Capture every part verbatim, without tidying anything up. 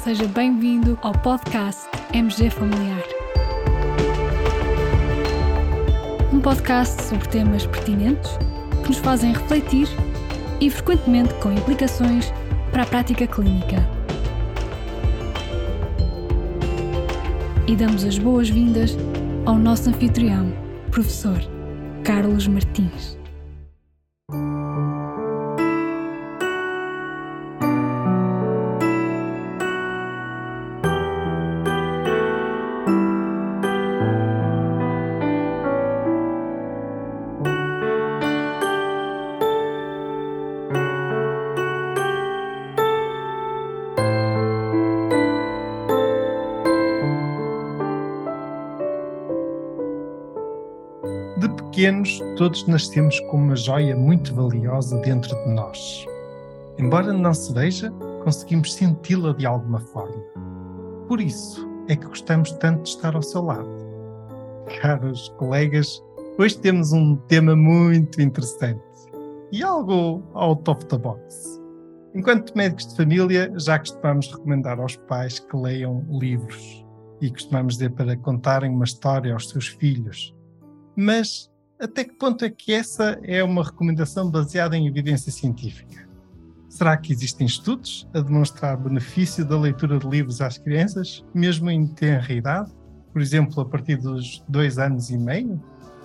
seja bem-vindo ao podcast M G Familiar. Um podcast sobre temas pertinentes que nos fazem refletir e frequentemente com implicações para a prática clínica. E damos as boas-vindas ao nosso anfitrião, professor Carlos Martins. De pequenos, todos nascemos com uma joia muito valiosa dentro de nós. Embora não se veja, conseguimos senti-la de alguma forma. Por isso é que gostamos tanto de estar ao seu lado. Caros colegas, hoje temos um tema muito interessante e algo out of the box. Enquanto médicos de família, já costumamos recomendar aos pais que leiam livros e costumamos dizer para contarem uma história aos seus filhos. Mas até que ponto é que essa é uma recomendação baseada em evidência científica? Será que existem estudos a demonstrar benefício da leitura de livros às crianças, mesmo em tenra idade? Por exemplo, a partir dos dois anos e meio?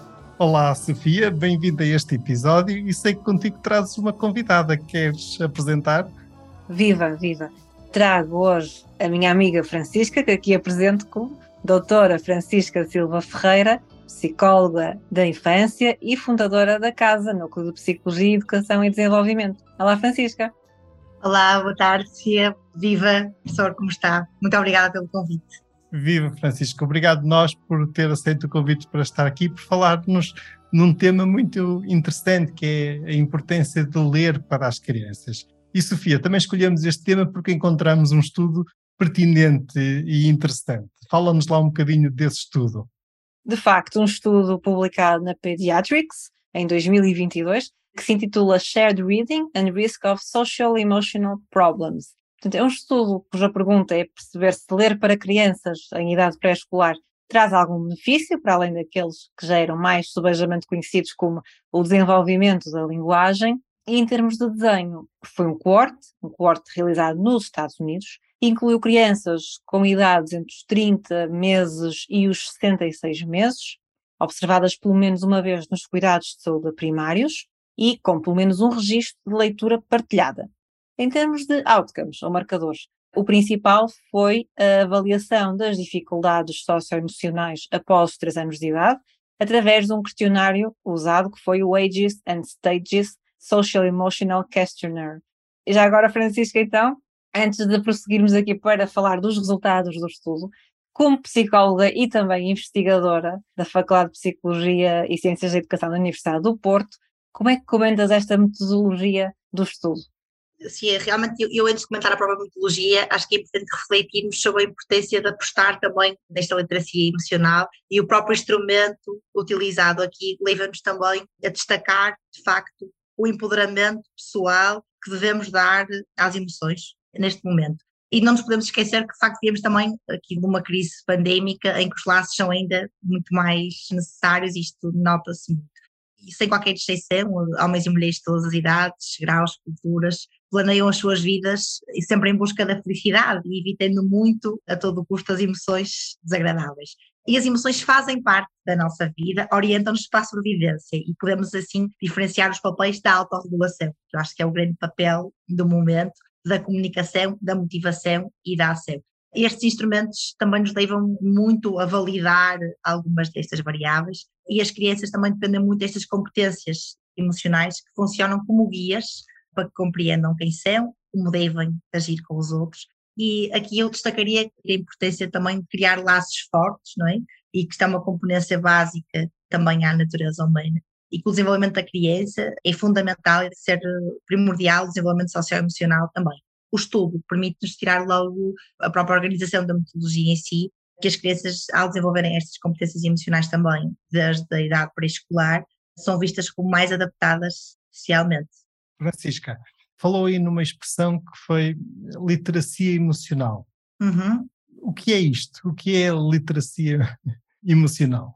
Olá, Sofia, bem-vinda a este episódio e sei que contigo trazes uma convidada. Queres apresentar? Viva, viva! Trago hoje a minha amiga Francisca, que aqui apresento como doutora Francisca Silva Ferreira, psicóloga da infância e fundadora da CASA, Núcleo de Psicologia, Educação e Desenvolvimento. Olá, Francisca. Olá, boa tarde, Sofia. Viva, professor, como está? Muito obrigada pelo convite. Viva, Francisco. Obrigado nós por ter aceito o convite para estar aqui, por falar-nos num tema muito interessante, que é a importância de ler para as crianças. E, Sofia, também escolhemos este tema porque encontramos um estudo pertinente e interessante. Fala-nos lá um bocadinho desse estudo. De facto, um estudo publicado na Pediatrics, em dois mil e vinte e dois, que se intitula Shared Reading and Risk of Social Emotional Problems. Portanto, é um estudo cuja pergunta é perceber se ler para crianças em idade pré-escolar traz algum benefício, para além daqueles que já eram mais subejamente conhecidos como o desenvolvimento da linguagem. E em termos de desenho, foi um coorte, um coorte realizado nos Estados Unidos, incluiu crianças com idades entre os trinta meses e os sessenta e seis meses, observadas pelo menos uma vez nos cuidados de saúde primários e com pelo menos um registro de leitura partilhada. Em termos de outcomes, ou marcadores, o principal foi a avaliação das dificuldades socioemocionais após os três anos de idade, através de um questionário usado que foi o Ages and Stages Social Emotional Questionnaire. E já agora, Francisca, então, antes de prosseguirmos aqui para falar dos resultados do estudo, como psicóloga e também investigadora da Faculdade de Psicologia e Ciências da Educação da Universidade do Porto, como é que comentas esta metodologia do estudo? Sim, realmente eu, eu antes de comentar a própria metodologia, acho que é importante refletirmos sobre a importância de apostar também nesta literacia emocional, e o próprio instrumento utilizado aqui leva-nos também a destacar, de facto, o empoderamento pessoal que devemos dar às emoções neste momento. E não nos podemos esquecer que, de facto, viemos também aqui de uma crise pandémica em que os laços são ainda muito mais necessários, e isto nota-se muito. E sem qualquer distinção, homens e mulheres de todas as idades, graus, culturas, planeiam as suas vidas e sempre em busca da felicidade e evitando muito, a todo o custo, as emoções desagradáveis. E as emoções fazem parte da nossa vida, orientam-nos para a sobrevivência e podemos assim diferenciar os papéis da autorregulação, que eu acho que é o grande papel do momento, da comunicação, da motivação e da ação. Estes instrumentos também nos levam muito a validar algumas destas variáveis, e as crianças também dependem muito destas competências emocionais que funcionam como guias para que compreendam quem são, como devem agir com os outros. E aqui eu destacaria a importância também de criar laços fortes, não é? E que está uma componência básica também à natureza humana. E que o desenvolvimento da criança é fundamental e de ser primordial o desenvolvimento socioemocional também. O estudo permite-nos tirar logo a própria organização da metodologia em si, que as crianças, ao desenvolverem estas competências emocionais também, desde a idade pré-escolar, são vistas como mais adaptadas socialmente. Francisca, falou aí numa expressão que foi literacia emocional. Uhum. O que é isto? O que é a literacia emocional?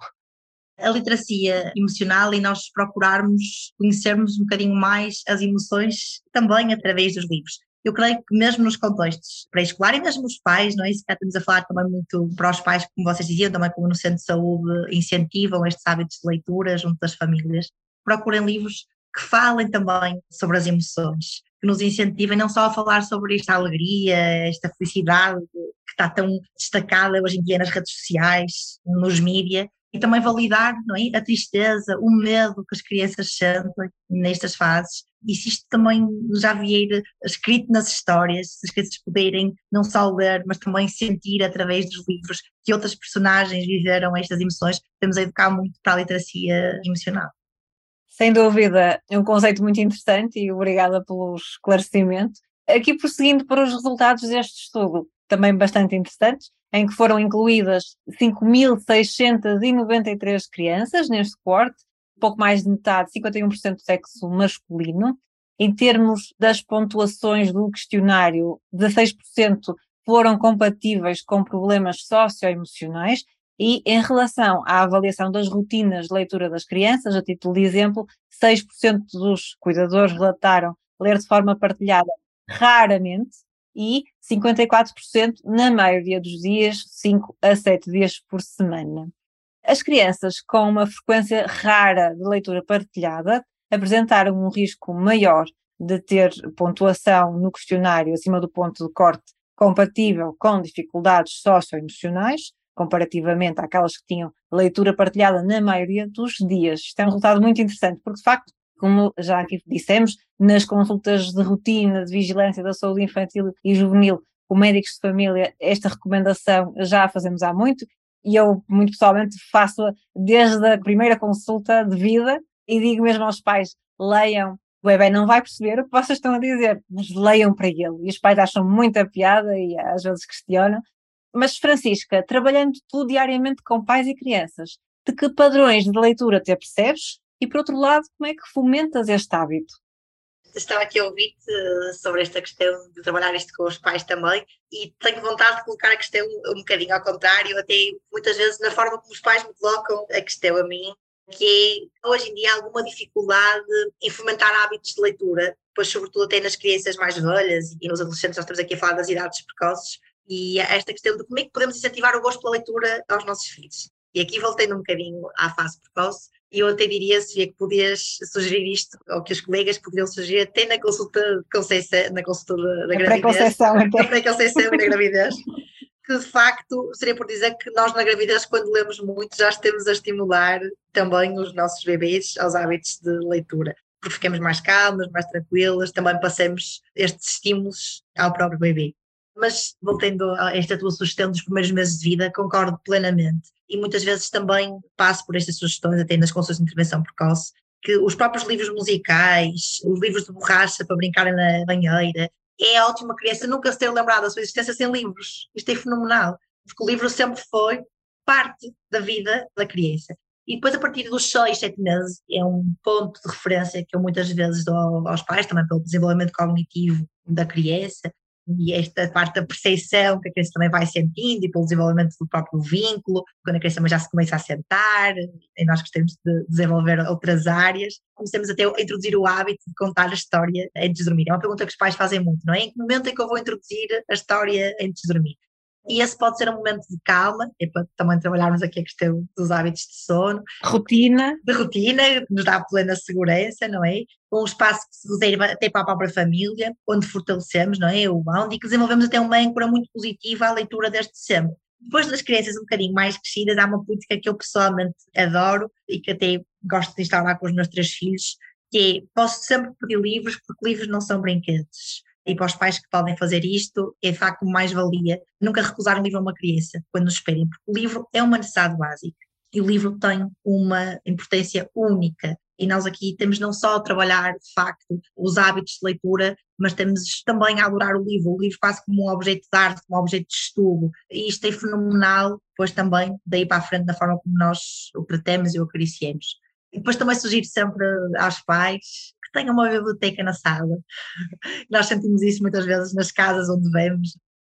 A literacia emocional e nós procurarmos conhecermos um bocadinho mais as emoções também através dos livros. Eu creio que mesmo nos contextos pré-escolar e mesmo os pais, não é? Isso que estamos a falar também muito para os pais, como vocês diziam, também como no Centro de Saúde incentivam estes hábitos de leitura junto das famílias. Procurem livros que falem também sobre as emoções, que nos incentivem não só a falar sobre esta alegria, esta felicidade que está tão destacada hoje em dia nas redes sociais, nos mídias, e também validar, não é? A tristeza, o medo que as crianças sentem nestas fases. E se isto também já vier escrito nas histórias, se as crianças puderem não só ler, mas também sentir através dos livros que outras personagens viveram estas emoções, temos a educar muito para a literacia emocional. Sem dúvida, é um conceito muito interessante e obrigada pelo esclarecimento. Aqui prosseguindo para os resultados deste estudo, também bastante interessantes, em que foram incluídas cinco mil seiscentas e noventa e três crianças neste corte, pouco mais de metade, cinquenta e um por cento do sexo masculino. Em termos das pontuações do questionário, dezasseis por cento foram compatíveis com problemas socioemocionais. E em relação à avaliação das rotinas de leitura das crianças, a título de exemplo, seis por cento dos cuidadores relataram ler de forma partilhada raramente e cinquenta e quatro por cento na maioria dos dias, cinco a sete dias por semana. As crianças com uma frequência rara de leitura partilhada apresentaram um risco maior de ter pontuação no questionário acima do ponto de corte compatível com dificuldades socioemocionais, comparativamente àquelas que tinham leitura partilhada na maioria dos dias. Isto é um resultado muito interessante, porque de facto, como já aqui dissemos, nas consultas de rotina de vigilância da saúde infantil e juvenil com médicos de família, esta recomendação já a fazemos há muito, e eu muito pessoalmente faço-a desde a primeira consulta de vida e digo mesmo aos pais, leiam, o bebê não vai perceber o que vocês estão a dizer, mas leiam para ele. E os pais acham muita piada e às vezes questionam. Mas, Francisca, trabalhando tu diariamente com pais e crianças, de que padrões de leitura te apercebes? E, por outro lado, como é que fomentas este hábito? Estava aqui a ouvir-te sobre esta questão de trabalhar isto com os pais também e tenho vontade de colocar a questão um bocadinho ao contrário, até muitas vezes na forma como os pais me colocam a questão a mim, que é, hoje em dia, há alguma dificuldade em fomentar hábitos de leitura, pois sobretudo até nas crianças mais velhas e nos adolescentes. Nós estamos aqui a falar das idades precoces, e esta questão de como é que podemos incentivar o gosto pela leitura aos nossos filhos. E aqui voltei um bocadinho à fase precoce, e eu até diria, Sofia, que podias sugerir isto, ou que os colegas poderiam sugerir até na consulta de Conceição, na consulta da, da gravidez, na pré-conceição e na gravidez, que de facto seria por dizer que nós na gravidez, quando lemos muito, já estamos a estimular também os nossos bebês aos hábitos de leitura, porque ficamos mais calmos, mais tranquilos, também passamos estes estímulos ao próprio bebê. Mas, voltando a esta tua sugestão dos primeiros meses de vida, concordo plenamente. E muitas vezes também passo por estas sugestões, até nas consultas de intervenção precoce, que os próprios livros musicais, os livros de borracha para brincar na banheira, é ótimo a criança nunca se ter lembrado da sua existência sem livros. Isto é fenomenal, porque o livro sempre foi parte da vida da criança. E depois, a partir dos seis, sete meses, é um ponto de referência que eu muitas vezes dou aos pais, também pelo desenvolvimento cognitivo da criança, e esta parte da percepção que a criança também vai sentindo e pelo desenvolvimento do próprio vínculo, quando a criança já se começa a sentar, e nós gostamos de desenvolver outras áreas, começamos até a introduzir o hábito de contar a história antes de dormir. É uma pergunta que os pais fazem muito, não é? Em que momento é que eu vou introduzir a história antes de dormir? E esse pode ser um momento de calma, é para também trabalharmos aqui a questão dos hábitos de sono. Rotina. De rotina, que nos dá plena segurança, não é? Um espaço que se reserva até para a própria família, onde fortalecemos, não é? O bond, e que desenvolvemos até uma âncora muito positiva à leitura desde sempre. Depois das crianças um bocadinho mais crescidas, há uma política que eu pessoalmente adoro e que até gosto de instaurar com os meus três filhos, que é, posso sempre pedir livros, porque livros não são brinquedos. E para os pais que podem fazer isto, é de facto mais-valia nunca recusar um livro a uma criança, quando nos esperem, porque o livro é uma necessidade básica e o livro tem uma importância única. E nós aqui temos não só a trabalhar, de facto, os hábitos de leitura, mas temos também a adorar o livro, o livro quase como um objeto de arte, como um objeto de estudo. E isto é fenomenal, depois também, daí para a frente, da forma como nós o tratamos e o acariciamos. E depois também sugiro sempre aos pais que tenham uma biblioteca na sala. Nós sentimos isso muitas vezes nas casas onde vemos.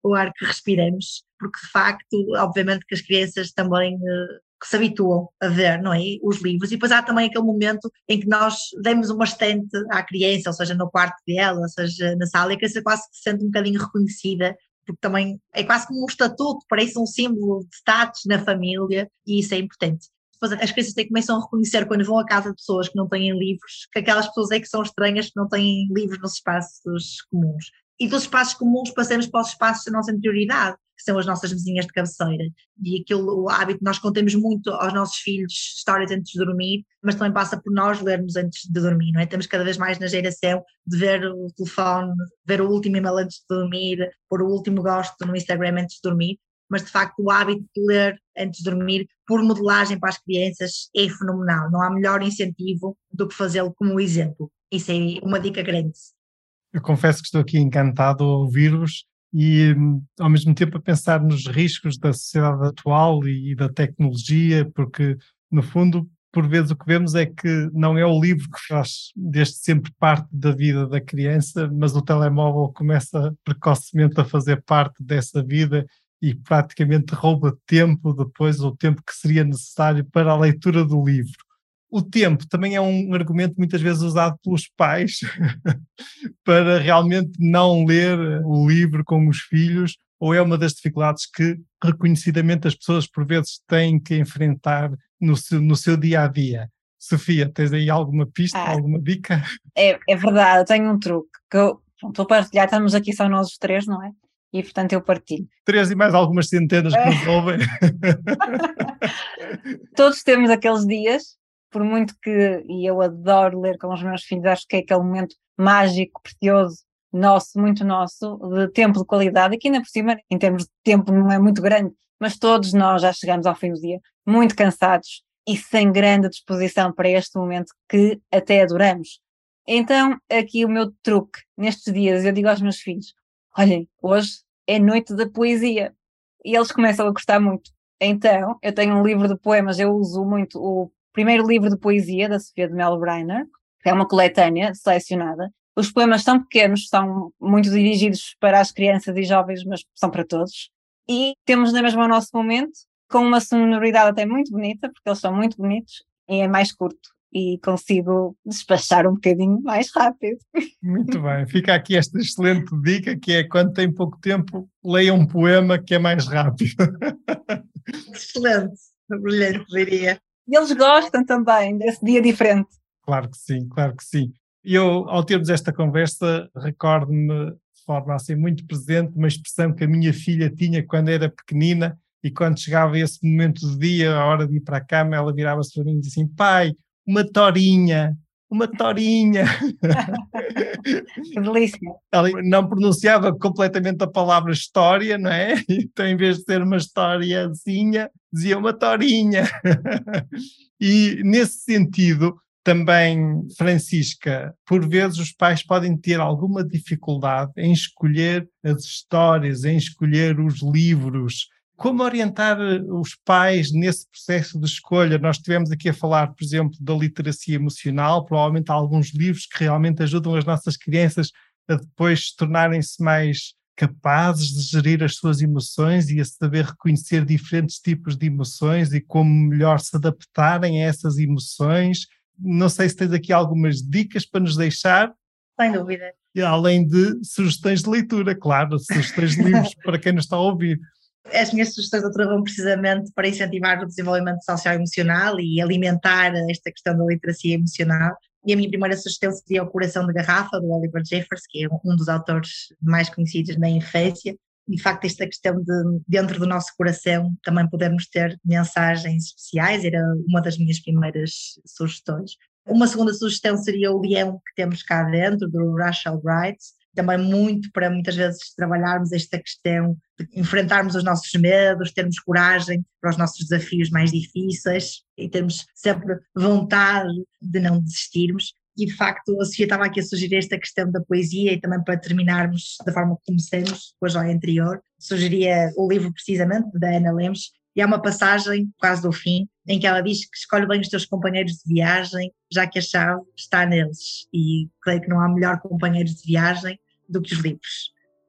o ar que respiramos, porque de facto, obviamente que as crianças também uh, que se habituam a ver, não é, os livros, e depois há também aquele momento em que nós demos uma estante à criança, ou seja, no quarto dela, ou seja, na sala, e a criança quase que se sente um bocadinho reconhecida, porque também é quase como um estatuto, parece um símbolo de status na família, e isso é importante. Depois as crianças têm, começam a reconhecer quando vão à casa de pessoas que não têm livros, que aquelas pessoas é que são estranhas, que não têm livros nos espaços comuns. E dos espaços comuns passamos para os espaços da nossa interioridade, que são as nossas vizinhas de cabeceira. E aquilo, o hábito, nós contamos muito aos nossos filhos histórias antes de dormir, mas também passa por nós lermos antes de dormir, não é? Estamos cada vez mais na geração de ver o telefone, ver o último e-mail antes de dormir, pôr o último gosto no Instagram antes de dormir, mas de facto o hábito de ler antes de dormir, por modelagem para as crianças, é fenomenal. Não há melhor incentivo do que fazê-lo como exemplo. Isso é uma dica grande. Eu confesso que estou aqui encantado a ouvir-vos e, ao mesmo tempo, a pensar nos riscos da sociedade atual e da tecnologia, porque, no fundo, por vezes o que vemos é que não é o livro que faz desde sempre parte da vida da criança, mas o telemóvel começa precocemente a fazer parte dessa vida e praticamente rouba tempo depois, o tempo que seria necessário para a leitura do livro. O tempo também é um argumento muitas vezes usado pelos pais para realmente não ler o livro com os filhos, ou é uma das dificuldades que reconhecidamente as pessoas por vezes têm que enfrentar no seu, no seu dia-a-dia. Sofia, tens aí alguma pista, ah, alguma dica? É, é verdade, eu tenho um truque que eu estou a partilhar, estamos aqui só nós os três, não é? E portanto eu partilho. Três e mais algumas centenas que nos ouvem. Todos temos aqueles dias, por muito que, e eu adoro ler com os meus filhos, acho que é aquele momento mágico, precioso, nosso, muito nosso, de tempo de qualidade, e que ainda por cima, em termos de tempo, não é muito grande, mas todos nós já chegamos ao fim do dia muito cansados e sem grande disposição para este momento que até adoramos. Então, aqui o meu truque, nestes dias, eu digo aos meus filhos, olhem, hoje é noite da poesia, e eles começam a gostar muito. Então, eu tenho um livro de poemas, eu uso muito o primeiro livro de poesia da Sofia de Mello Briner, que é uma coletânea selecionada. Os poemas são pequenos, são muito dirigidos para as crianças e jovens, mas são para todos. E temos na mesma o nosso momento, com uma sonoridade até muito bonita, porque eles são muito bonitos, e é mais curto. E consigo despachar um bocadinho mais rápido. Muito bem, fica aqui esta excelente dica, que é quando tem pouco tempo, leia um poema que é mais rápido. Excelente, brilhante, diria. E eles gostam também desse dia diferente. Claro que sim, claro que sim. Eu, ao termos esta conversa, recordo-me de forma assim muito presente uma expressão que a minha filha tinha quando era pequenina, e quando chegava esse momento do dia, a hora de ir para a cama, ela virava-se para mim e dizia assim, pai, uma torinha, uma torinha. Que delícia. Ela não pronunciava completamente a palavra história, não é? Então, em vez de ser uma historiazinha, dizia uma torinha. E, nesse sentido, também, Francisca, por vezes os pais podem ter alguma dificuldade em escolher as histórias, em escolher os livros. Como orientar os pais nesse processo de escolha? Nós estivemos aqui a falar, por exemplo, da literacia emocional, provavelmente há alguns livros que realmente ajudam as nossas crianças a depois tornarem-se mais capazes de gerir as suas emoções e a saber reconhecer diferentes tipos de emoções e como melhor se adaptarem a essas emoções. Não sei se tens aqui algumas dicas para nos deixar. Sem dúvida. E além de sugestões de leitura, claro, sugestões de livros para quem nos está a ouvir. As minhas sugestões vão precisamente para incentivar o desenvolvimento social-emocional e alimentar esta questão da literacia emocional. E a minha primeira sugestão seria O Coração de Garrafa, do Oliver Jeffers, que é um dos autores mais conhecidos na infância. E, de facto, esta questão de, dentro do nosso coração, também podermos ter mensagens especiais, era uma das minhas primeiras sugestões. Uma segunda sugestão seria O Leão que Temos Cá Dentro, do Rachel Bright, também muito para muitas vezes trabalharmos esta questão de enfrentarmos os nossos medos, termos coragem para os nossos desafios mais difíceis e termos sempre vontade de não desistirmos. E de facto a Sofia estava aqui a sugerir esta questão da poesia e também para terminarmos da forma que começamos com a joia anterior, sugeria o livro precisamente da Ana Lemos, e há uma passagem, quase do fim, em que ela diz que escolhe bem os teus companheiros de viagem, já que a chave está neles, e creio que não há melhor companheiros de viagem do que os livros.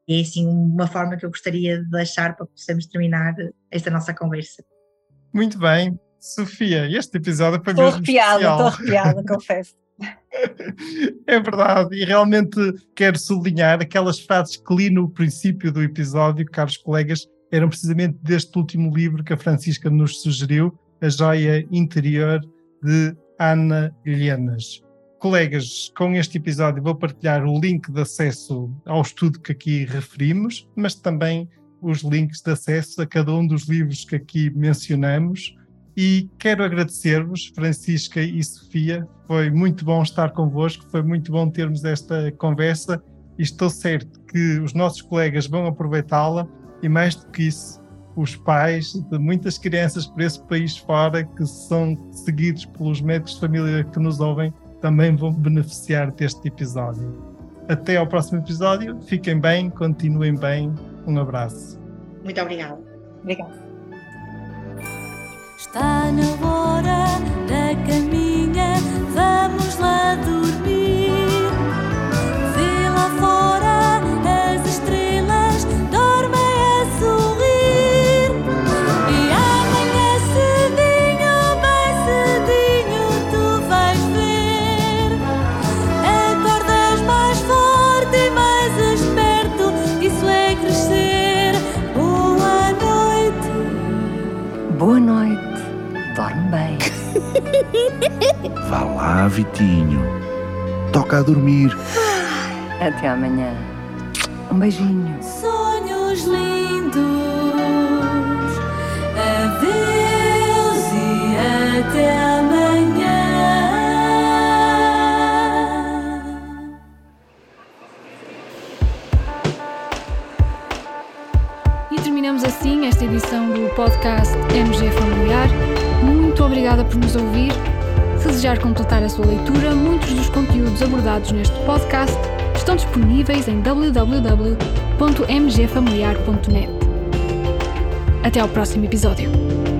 é assim uma forma que eu gostaria de deixar para podermos terminar esta nossa conversa. Muito bem. Sofia, este episódio foi estou mesmo arrepiada, especial. Estou arrepiada, confesso. É verdade, e realmente quero sublinhar aquelas frases que li no princípio do episódio, caros colegas, eram precisamente deste último livro que a Francisca nos sugeriu, A Joia Interior, de Ana Lhanas. Colegas, com este episódio vou partilhar o link de acesso ao estudo que aqui referimos, mas também os links de acesso a cada um dos livros que aqui mencionamos. E quero agradecer-vos, Francisca e Sofia. Foi muito bom estar convosco, foi muito bom termos esta conversa e estou certo que os nossos colegas vão aproveitá-la e, mais do que isso, os pais de muitas crianças por esse país fora que são seguidos pelos médicos de família que nos ouvem também vão beneficiar deste episódio. Até ao próximo episódio, fiquem bem, continuem bem, um abraço. Muito obrigada. Obrigada. Está na hora da caminha, vamos lá dormir. Vê lá fora as estrelas, dormem a sorrir. E amanhã cedinho, bem cedinho, tu vais ver. Acordas mais forte e mais esperto, isso é crescer. Boa noite. Boa noite. Dorme bem. Vá lá, Vitinho. Toca a dormir. Até amanhã. Um beijinho. Sonhos lindos. Adeus e até amanhã. E terminamos assim esta edição do podcast M G Familiar. Muito obrigada por nos ouvir. Se desejar completar a sua leitura, muitos dos conteúdos abordados neste podcast estão disponíveis em w w w ponto m g familiar ponto net. Até ao próximo episódio.